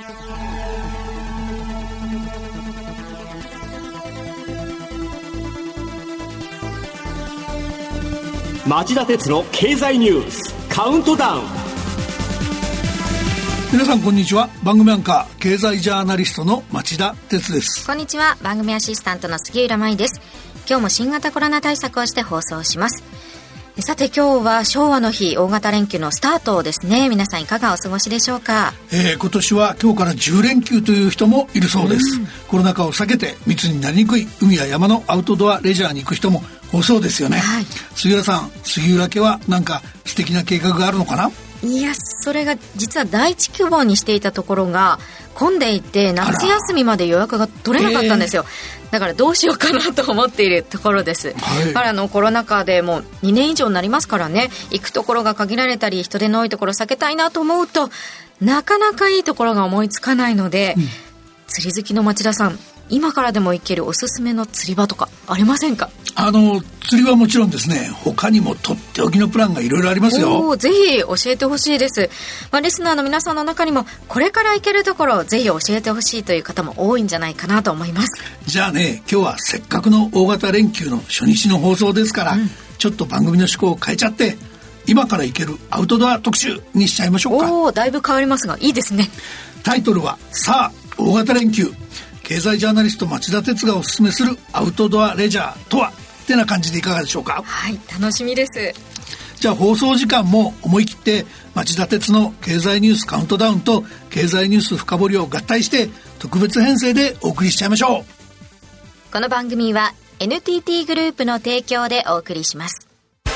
町田鉄の経済ニュースカウントダウン。 皆さんこんにちは。番組アンカー経済ジャーナリストの町田鉄です。 こんにちは。番組アシスタントの杉浦舞です。今日も新型コロナ対策をして放送します。さて今日は昭和の日大型連休のスタートですね。皆さんいかがお過ごしでしょうか。 今年は今日から10連休という人もいるそうです。コロナ禍を避けて密になりにくい海や山のアウトドアレジャーに行く人も多そうですよね、はい、杉浦さん、杉浦家は何か素敵な計画があるのかな。 いや、それが実は第一希望にしていたところが混んでいて夏休みまで予約が取れなかったんですよ。だからどうしようかなと思っているところです、はい、コロナ禍でもう2年以上になりますからね、行くところが限られたり人手の多いところを避けたいなと思うとなかなかいいところが思いつかないので、釣り好きの町田さん、今からでも行けるおすすめの釣り場とかありませんか。 釣りはもちろんですね、他にもとっておきのプランがいろいろありますよ。 ぜひ教えてほしいです、リスナーの皆さんの中にもこれから行けるところをぜひ教えてほしいという方も多いんじゃないかなと思います。 じゃあね、今日はせっかくの大型連休の初日の放送ですから、ちょっと番組の趣向を変えちゃって今から行けるアウトドア特集にしちゃいましょうか。 だいぶ変わりますがいいですね。 タイトルはさあ大型連休、経済ジャーナリスト町田鉄がおすすめするアウトドアレジャーとはってな感じでいかがでしょうか。 はい、楽しみです。 じゃあ放送時間も思い切って町田鉄の経済ニュースカウントダウンと経済ニュース深掘りを合体して特別編成でお送りしちゃいましょう。 この番組は NTT グループの提供でお送りします。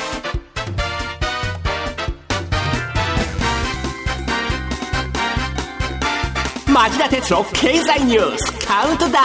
町田鉄の経済ニュースカウントダウン。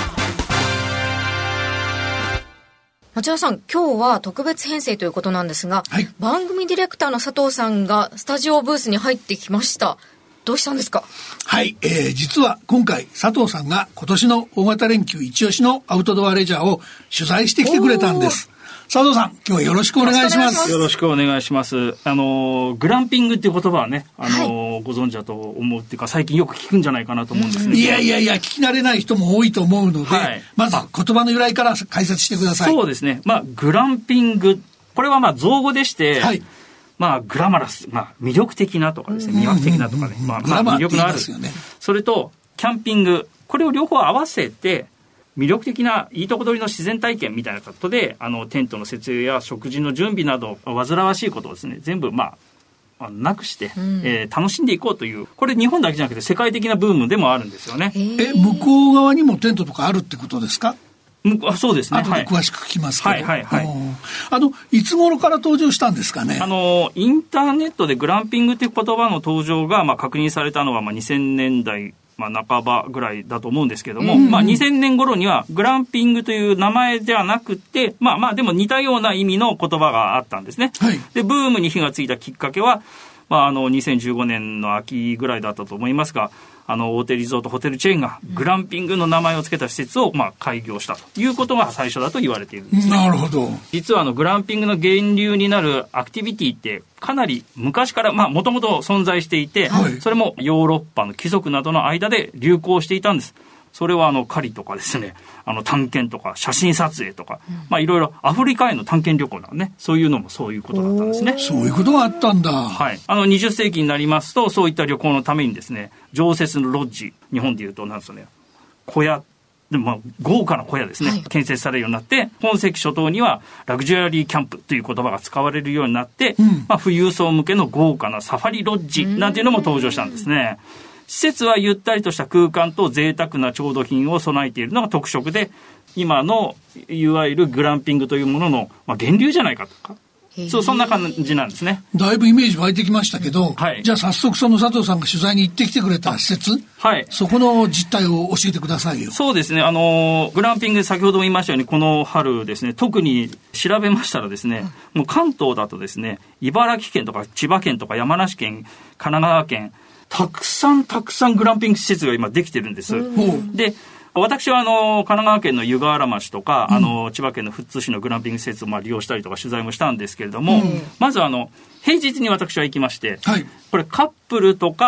町田さん、今日は特別編成ということなんですが、はい、番組ディレクターの佐藤さんがスタジオブースに入ってきました。どうしたんですか。 はい、実は今回佐藤さんが今年の大型連休一押しのアウトドアレジャーを取材してきてくれたんです。佐藤さん、今日はよろしくお願いします。 よろしくお願いします。グランピングっていう言葉はね、ご存知だと思うっていうか最近よく聞くんじゃないかなと思うんですね。 いや聞き慣れない人も多いと思うので、まず言葉の由来から解説してください。 そうですね、グランピング、これは造語でして、グラマラス、魅力的なとかですね、魅惑的なとかね、魅力のある、それとキャンピング、これを両方合わせて魅力的ないいとこ取りの自然体験みたいなことでテントの設営や食事の準備など煩わしいことをですね全部なくして、楽しんでいこうという、これ日本だけじゃなくて世界的なブームでもあるんですよね。 向こう側にもテントとかあるってことですか。 そうですね。 後で詳しく聞きますけど、いつ頃から登場したんですかね。 インターネットでグランピングという言葉の登場が確認されたのは2000年代半ばぐらいだと思うんですけども、2000年頃にはグランピングという名前ではなくて、でも似たような意味の言葉があったんですね。でブームに火がついたきっかけは、2015年の秋ぐらいだったと思いますが、大手リゾートホテルチェーンがグランピングの名前を付けた施設を開業したということが最初だと言われているんですね。 なるほど。 実はグランピングの源流になるアクティビティってかなり昔からもともと存在していて、それもヨーロッパの貴族などの間で流行していたんです。それは狩りとかですね、探検とか写真撮影とか、いろいろアフリカへの探検旅行なのね、そういうのもそういうことだったんですね。 そういうことがあったんだ。 20世紀になりますとそういった旅行のためにですね、常設のロッジ、日本でいうとなんですよね、小屋で豪華な小屋ですね、建設されるようになって、本世紀初頭にはラグジュアリーキャンプという言葉が使われるようになって、富裕層向けの豪華なサファリロッジなんていうのも登場したんですね。施設はゆったりとした空間と贅沢な調度品を備えているのが特色で、今のいわゆるグランピングというものの源流じゃないかとか、そんな感じなんですね。 だいぶイメージ湧いてきましたけど、じゃあ早速その佐藤さんが取材に行ってきてくれた施設、そこの実態を教えてくださいよ。 そうですね、グランピング先ほども言いましたようにこの春ですね、特に調べましたらですね、もう関東だとですね、茨城県とか千葉県とか山梨県、神奈川県、たくさんグランピング施設が今できてるんです。で、私は神奈川県の湯河原町とか、千葉県の富津市のグランピング施設を利用したりとか取材もしたんですけれども、まず平日に私は行きまして、これカップルとか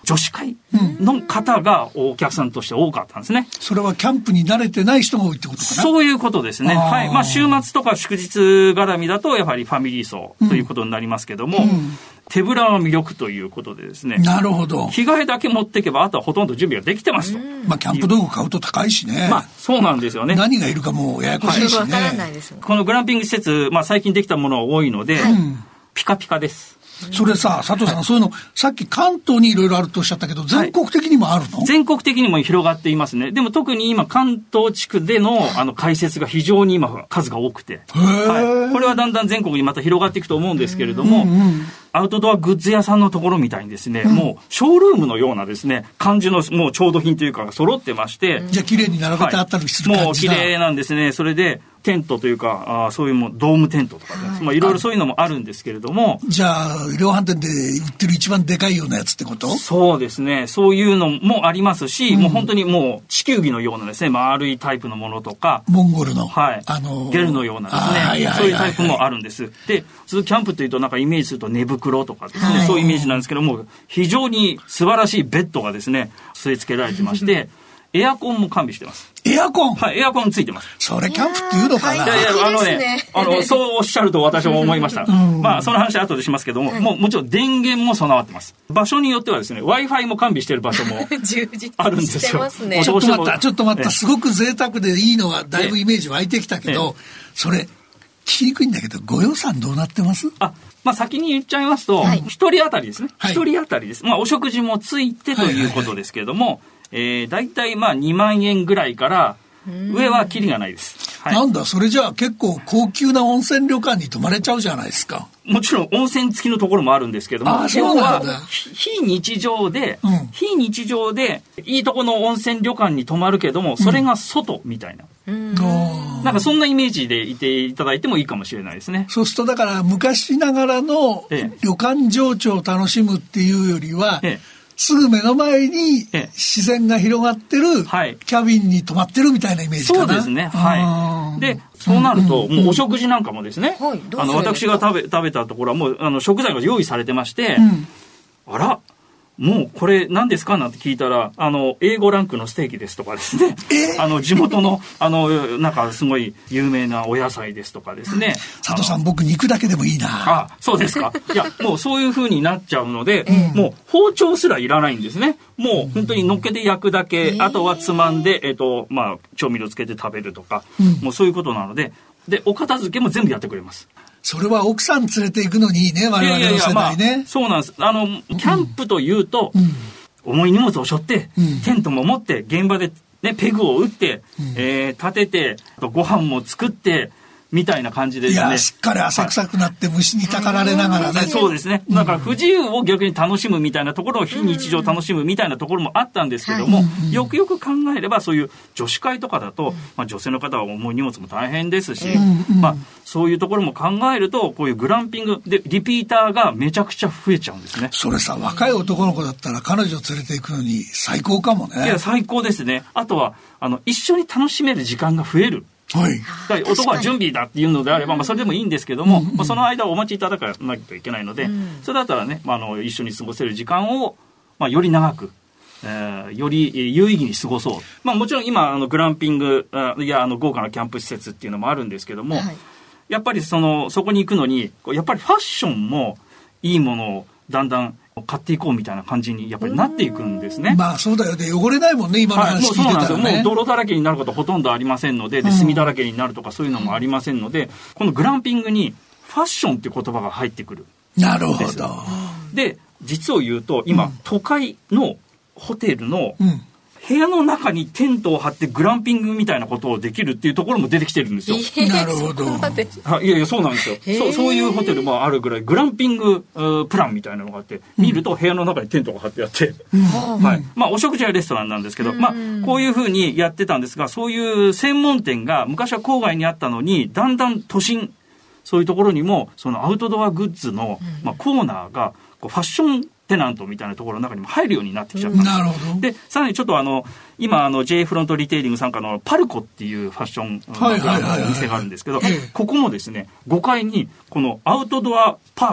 女子会の方がお客さんとして多かったんですね。 それはキャンプに慣れてない人が多いってことかな。 そういうことですね。はい。まあ週末とか祝日絡みだとやはりファミリー層ということになりますけども、手ぶらは魅力ということでですね。 なるほど。 着替えだけ持っていけばあとはほとんど準備ができてますと。 まあキャンプ道具買うと高いしね。 まあそうなんですよね。 何がいるかもうややこしいしね。 わからないですもん。 このグランピング施設、まあ最近できたものは多いので、ピカピカです。 それさ、佐藤さん、そういうの、さっき関東にいろいろあるとおっしゃったけど、全国的にもあるの？ 全国的にも広がっていますね。でも特に今、関東地区での、開設が非常に今、数が多くて。はい。これはだんだん全国にまた広がっていくと思うんですけれども、アウトドアグッズ屋さんのところみたいにですね、もう、ショールームのようなですね、感じの、もう調度品というかが揃ってまして。 じゃあ、綺麗に並べてあったりする感じだ。 もう綺麗なんですね。それで、テントというか、そういうもドームテントとかね、まあいろいろそういうのもあるんですけれども。 じゃあ、量販店で売ってる一番でかいようなやつってこと？ そうですね。そういうのもありますし、もう本当にもう地球儀のようなですね、丸いタイプのものとか。 モンゴルの。 はい。ゲルのようなですね、そういうタイプもあるんです。で、普通キャンプというとなんかイメージすると寝袋とかですね、そういうイメージなんですけども、非常に素晴らしいベッドがですね、据え付けられてまして、エアコンも完備してます。 エアコン？ はい、エアコンついてます。 それキャンプっていうのかな？ いや、そうおっしゃると私も思いました。まあ、その話は後でしますけども、もちろん電源も備わってます。場所によってはですね、Wi-Fi も完備している場所もあるんですよ。 ちょっと待った。すごく贅沢でいいのはだいぶイメージ湧いてきたけど、それ、聞きにくいんだけど、ご予算どうなってます？ まあ先に言っちゃいますと、一人当たりですね。一人当たりです。まあお食事もついてということですけれども、大体まあ2万円ぐらいから上はキリがないです。 なんだ、それじゃあ結構高級な温泉旅館に泊まれちゃうじゃないですか。 もちろん温泉付きのところもあるんですけども、 そうなんだ。 非日常で、いいとこの温泉旅館に泊まるけども、それが外みたいな。なんかそんなイメージでいていただいてもいいかもしれないですね。 そうするとだから昔ながらの旅館情緒を楽しむっていうよりは、すぐ目の前に自然が広がってるキャビンに泊まってるみたいなイメージかな。 そうですね。はい。で、そうなると、もうお食事なんかもですね、私が食べたところはもう食材が用意されてまして、あら、もうこれ何ですかなんて聞いたら、A5 ランクのステーキですとかですね、地元の、なんかすごい有名なお野菜ですとかですね。 佐藤さん、僕肉だけでもいいな。 そうですか。いや、もうそういう風になっちゃうので、もう包丁すらいらないんですね。もう本当に乗っけて焼くだけ、あとはつまんで、まあ、調味料つけて食べるとか、もうそういうことなので、で、お片付けも全部やってくれます。 それは奥さん連れて行くのにいいね、我々の世代ね。 そうなんです。キャンプというと、重い荷物を背負って、テントも持って、現場でね、ペグを打って、立てて、ご飯も作って、みたいな感じですね。 いや、しっかり汗臭くなって虫にたかられながらね。 そうですね。だから不自由を逆に楽しむみたいなところを非日常を楽しむみたいなところもあったんですけども、よくよく考えればそういう女子会とかだと、まあ、女性の方は重い荷物も大変ですし、まあ、そういうところも考えると、こういうグランピングでリピーターがめちゃくちゃ増えちゃうんですね。 それさ、若い男の子だったら彼女連れて行くのに最高かもね。 いや、最高ですね。あとは一緒に楽しめる時間が増える。 はい、 だから男は準備だっていうのであれば、まあ、それでもいいんですけども、まあ、その間お待ちいただかないといけないので、それだったらね、まあ、一緒に過ごせる時間を、まあ、より長く、より有意義に過ごそう。まあ、もちろん今グランピングや豪華なキャンプ施設っていうのもあるんですけども、やっぱりそこに行くのにやっぱりファッションもいいものをだんだん買っていこうみたいな感じにやっぱりなっていくんですね。 まあそうだよね。汚れないもんね、今の話聞いてたらね。 もうそうなんですよ。もう泥だらけになることほとんどありませんので、炭だらけになるとかそういうのもありませんので、このグランピングにファッションっていう言葉が入ってくる。 なるほど。 で、実を言うと今、都会のホテルの部屋の中にテントを張ってグランピングみたいなことをできるっていうところも出てきてるんですよ。 なるほど。 いやいや、そうなんですよ。そういうホテルもあるぐらい、グランピングプランみたいなのがあって、見ると部屋の中にテントが張ってあって、はい。まあ、お食事はレストランなんですけど、まあ、こういうふうにやってたんですが、そういう専門店が昔は郊外にあったのに、だんだん都心、そういうところにも、そのアウトドアグッズの、まあ、コーナーが、ファッションテナントみたいなところの中にも入るようになってきちゃったんです。 なるほど。 で、さらにちょっと今J フロントリテイリング参加のパルコっていうファッションのお店があるんですけど、ここもですね、5階にこのアウトドアパーク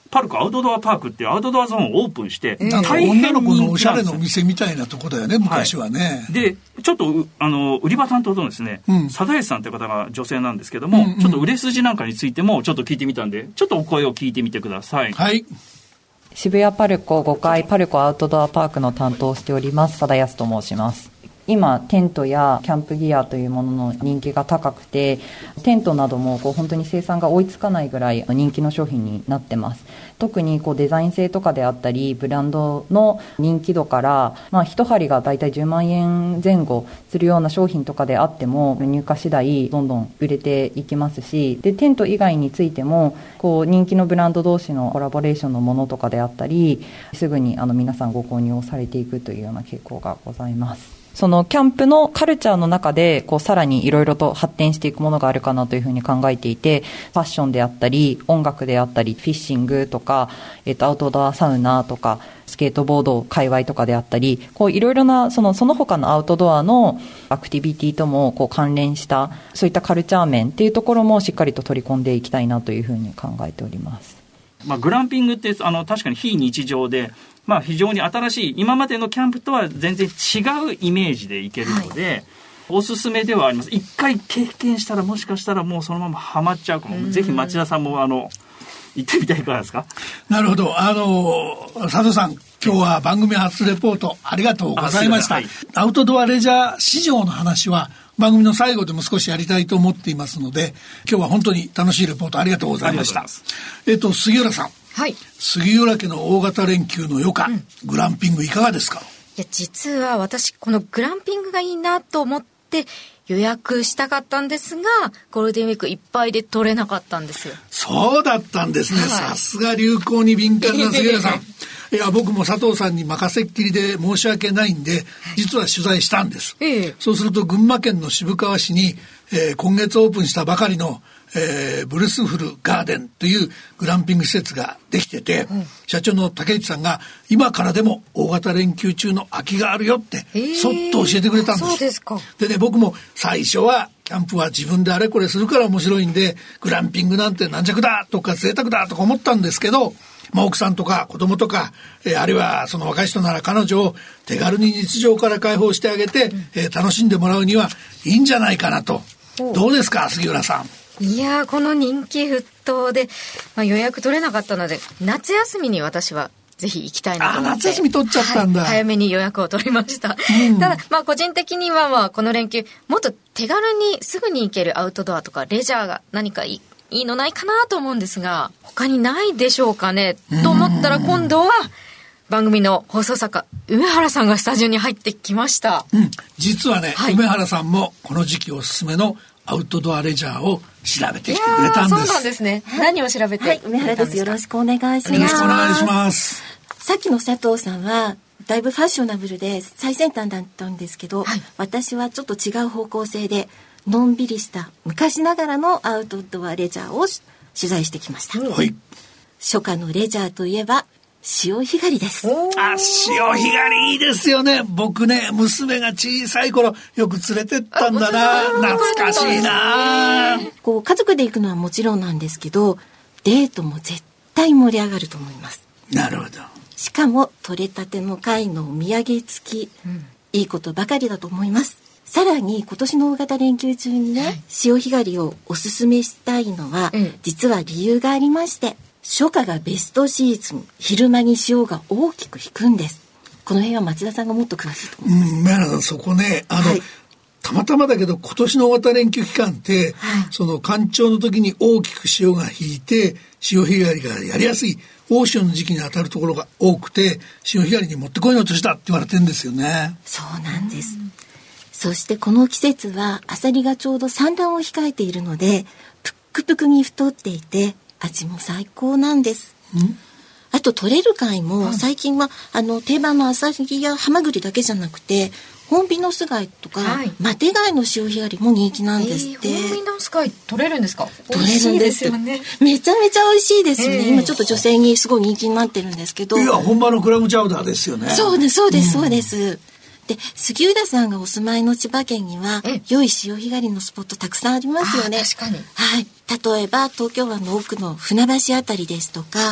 パルコアウトドアパークっていうアウトドアゾーンをオープンして、 なんか女の子のおしゃれの店みたいなとこだよね、昔はね。 はい、でちょっと売り場担当のですね、貞吉さんという方が女性なんですけども、ちょっと売れ筋なんかについてもちょっと聞いてみたんで、ちょっとお声を聞いてみてください。 はい。 渋谷パルコ5階パルコアウトドアパークの担当をしております貞康と申します。今テントやキャンプギアというものの人気が高くて、テントなども本当に生産が追いつかないぐらい人気の商品になってます。特にデザイン性とかであったりブランドの人気度から、一針がだいたい10万円前後するような商品とかであっても入荷次第どんどん売れていきますし、でテント以外についても人気のブランド同士のコラボレーションのものとかであったり、すぐに皆さんご購入をされていくというような傾向がございます。そのキャンプのカルチャーの中でさらにいろいろと発展していくものがあるかなというふうに考えていて、ファッションであったり音楽であったりフィッシングとか、アウトドアサウナとかスケートボード界隈とかであったり、いろいろなその他のアウトドアのアクティビティとも関連したそういったカルチャー面っていうところもしっかりと取り込んでいきたいなというふうに考えております。 グランピングって確かに非日常で、非常に新しい今までのキャンプとは全然違うイメージでいけるので、はい、おすすめではあります。一回経験したらもしかしたらもうそのままハマっちゃうかも。ぜひ町田さんも行ってみたいかがですか。 なるほど。佐藤さん、今日は番組初レポートありがとうございました。はい、アウトドアレジャー市場の話は番組の最後でも少しやりたいと思っていますので、今日は本当に楽しいレポートありがとうございました。杉浦さん、はい、杉浦家の大型連休の余暇、グランピングいかがですか。 いや実は私このグランピングがいいなと思って予約したかったんですが、ゴールデンウィークいっぱいで取れなかったんですよ。 そうだったんですね。さすが流行に敏感な杉浦さん。いや僕も佐藤さんに任せっきりで申し訳ないんで、実は取材したんです。そうすると群馬県の渋川市に、今月オープンしたばかりの、ブルスフルガーデンというグランピング施設ができてて、社長の竹内さんが今からでも大型連休中の空きがあるよってそっと教えてくれたんです。 そうですか。 でね、僕も最初はキャンプは自分であれこれするから面白いんで、グランピングなんて軟弱だとか贅沢だとか思ったんですけど、奥さんとか子供とか、あるいはその若い人なら彼女を手軽に日常から解放してあげて、楽しんでもらうにはいいんじゃないかなと。どうですか杉浦さん。 いやこの人気沸騰で、予約取れなかったので夏休みに私はぜひ行きたいなと思って。 夏休み取っちゃったんだ。 早めに予約を取りました。ただ個人的にはこの連休もっと手軽にすぐに行けるアウトドアとかレジャーが何かいいのないかなと思うんですが、他にないでしょうかねと思ったら、今度は番組の放送作家梅原さんがスタジオに入ってきました。 実はね、梅原さんもこの時期おすすめのアウトドアレジャーを調べてきてくれたんです。 そうなんですね。何を調べて、 梅原です。よろしくお願いします。 よろしくお願いします。 さっきの佐藤さんはだいぶファッショナブルで最先端だったんですけど、私はちょっと違う方向性でのんびりした昔ながらのアウトドアレジャーを取材してきました。初夏のレジャーといえば潮干狩りです。 潮干狩りいいですよね。僕ね、娘が小さい頃よく連れてったんだな。懐かしいな。 家族で行くのはもちろんなんですけど、デートも絶対盛り上がると思います。 なるほど。 しかも取れたての貝のお土産付き、いいことばかりだと思います。さらに今年の大型連休中にね、潮干狩りをおすすめしたいのは、実は理由がありまして、初夏がベストシーズン、昼間に潮が大きく引くんです。この辺は町田さんがもっと詳しいと思います。 梅原さん、そこね、たまたまだけど今年の大型連休期間って、その干潮の時に大きく潮が引いて潮干狩りがやりやすい大潮の時期に当たるところが多くて、潮干狩りにもってこいの年だって言われてるんですよね。 そうなんです。そしてこの季節はアサリがちょうど産卵を控えているので、ぷっくぷくに太っていて味も最高なんです。あと取れる貝も最近は定番のアサリやハマグリだけじゃなくて、ホンビノス貝とか、マテ貝の潮干狩りも人気なんですって。 ホンビノス貝取れるんですか。 取れるんですよね。めちゃめちゃ美味しいですよね。今ちょっと女性にすごい人気になってるんですけど。 いや、本場のクラムチャウダーですよね。 そうですそうです、そうです。で、杉浦さんがお住まいの千葉県には良い潮干狩りのスポットたくさんありますよね。 確かに。 はい。例えば東京湾の奥の船橋あたりですとか、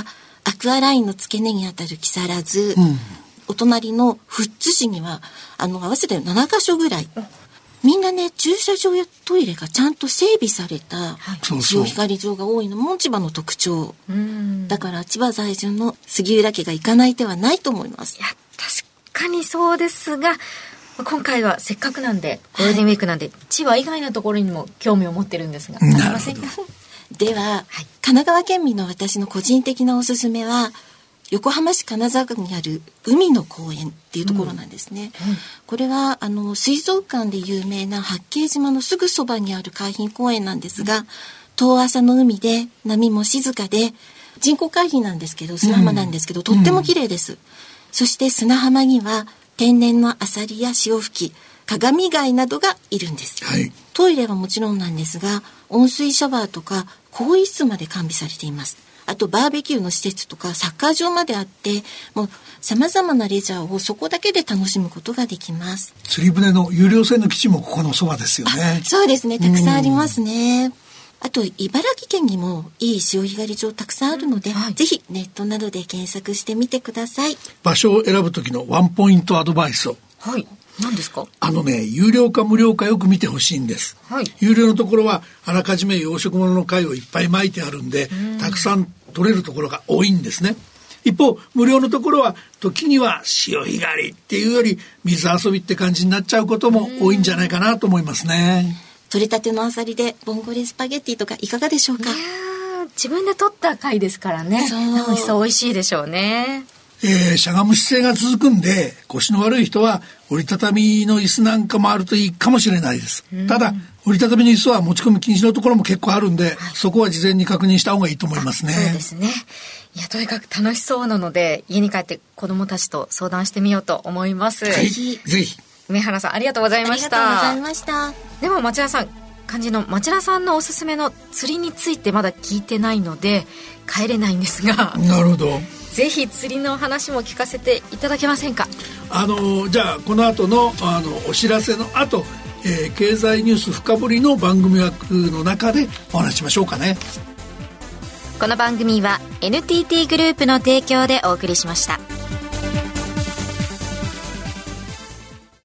アクアラインの付け根にあたる木更津、お隣の富津市には合わせて7カ所ぐらい、みんなね、駐車場やトイレがちゃんと整備された潮干狩り場が多いのも千葉の特徴。だから千葉在住の杉浦家が行かない手はないと思います。 いや、確かにそうですが、今回はせっかくなんでゴールデンウィークなんで、千葉以外のところにも興味を持ってるんですが、ありませんか？ では、神奈川県民の私の個人的なおすすめは、横浜市金沢区にある海の公園っていうところなんですね。これは水族館で有名な八景島のすぐそばにある海浜公園なんですが、遠浅の海で波も静かで、人工海浜なんですけど、砂浜なんですけど、とっても綺麗です。そして砂浜には天然のアサリや潮吹き、鏡貝などがいるんです。トイレはもちろんなんですが、温水シャワーとか更衣室まで完備されています。あとバーベキューの施設とかサッカー場まであって、もう様々なレジャーをそこだけで楽しむことができます。 釣り船の有料船の基地もここのそばですよね。 そうですね、たくさんありますね。あと茨城県にもいい潮干狩り場たくさんあるので、ぜひネットなどで検索してみてください。 場所を選ぶ時のワンポイントアドバイスを。 何ですか？ 有料か無料かよく見てほしいんです。有料のところはあらかじめ養殖物の貝をいっぱい巻いてあるんで、たくさん取れるところが多いんですね。一方無料のところは時には潮干狩りっていうより水遊びって感じになっちゃうことも多いんじゃないかなと思いますね。 取れたてのアサリでボンゴレスパゲッティとかいかがでしょうか？ いや、自分で取った貝ですからね。そう美味しいでしょうね。 しゃがむ姿勢が続くんで、腰の悪い人は折りたたみの椅子なんかもあるといいかもしれないです。ただ折りたたみの椅子は持ち込み禁止のところも結構あるんで、そこは事前に確認した方がいいと思いますね。 そうですね。いや、とにかく楽しそうなので、家に帰って子どもたちと相談してみようと思います。 ぜひ梅原さん、ありがとうございました。 ありがとうございました。 でも町田さん、肝心の町田さんのおすすめの釣りについてまだ聞いてないので帰れないんですが、 なるほど、 ぜひ釣りの話も聞かせていただけませんか？ じゃあこの後のお知らせの後、経済ニュース深掘りの番組枠の中でお話しましょうかね。 この番組は NTT グループの提供でお送りしました。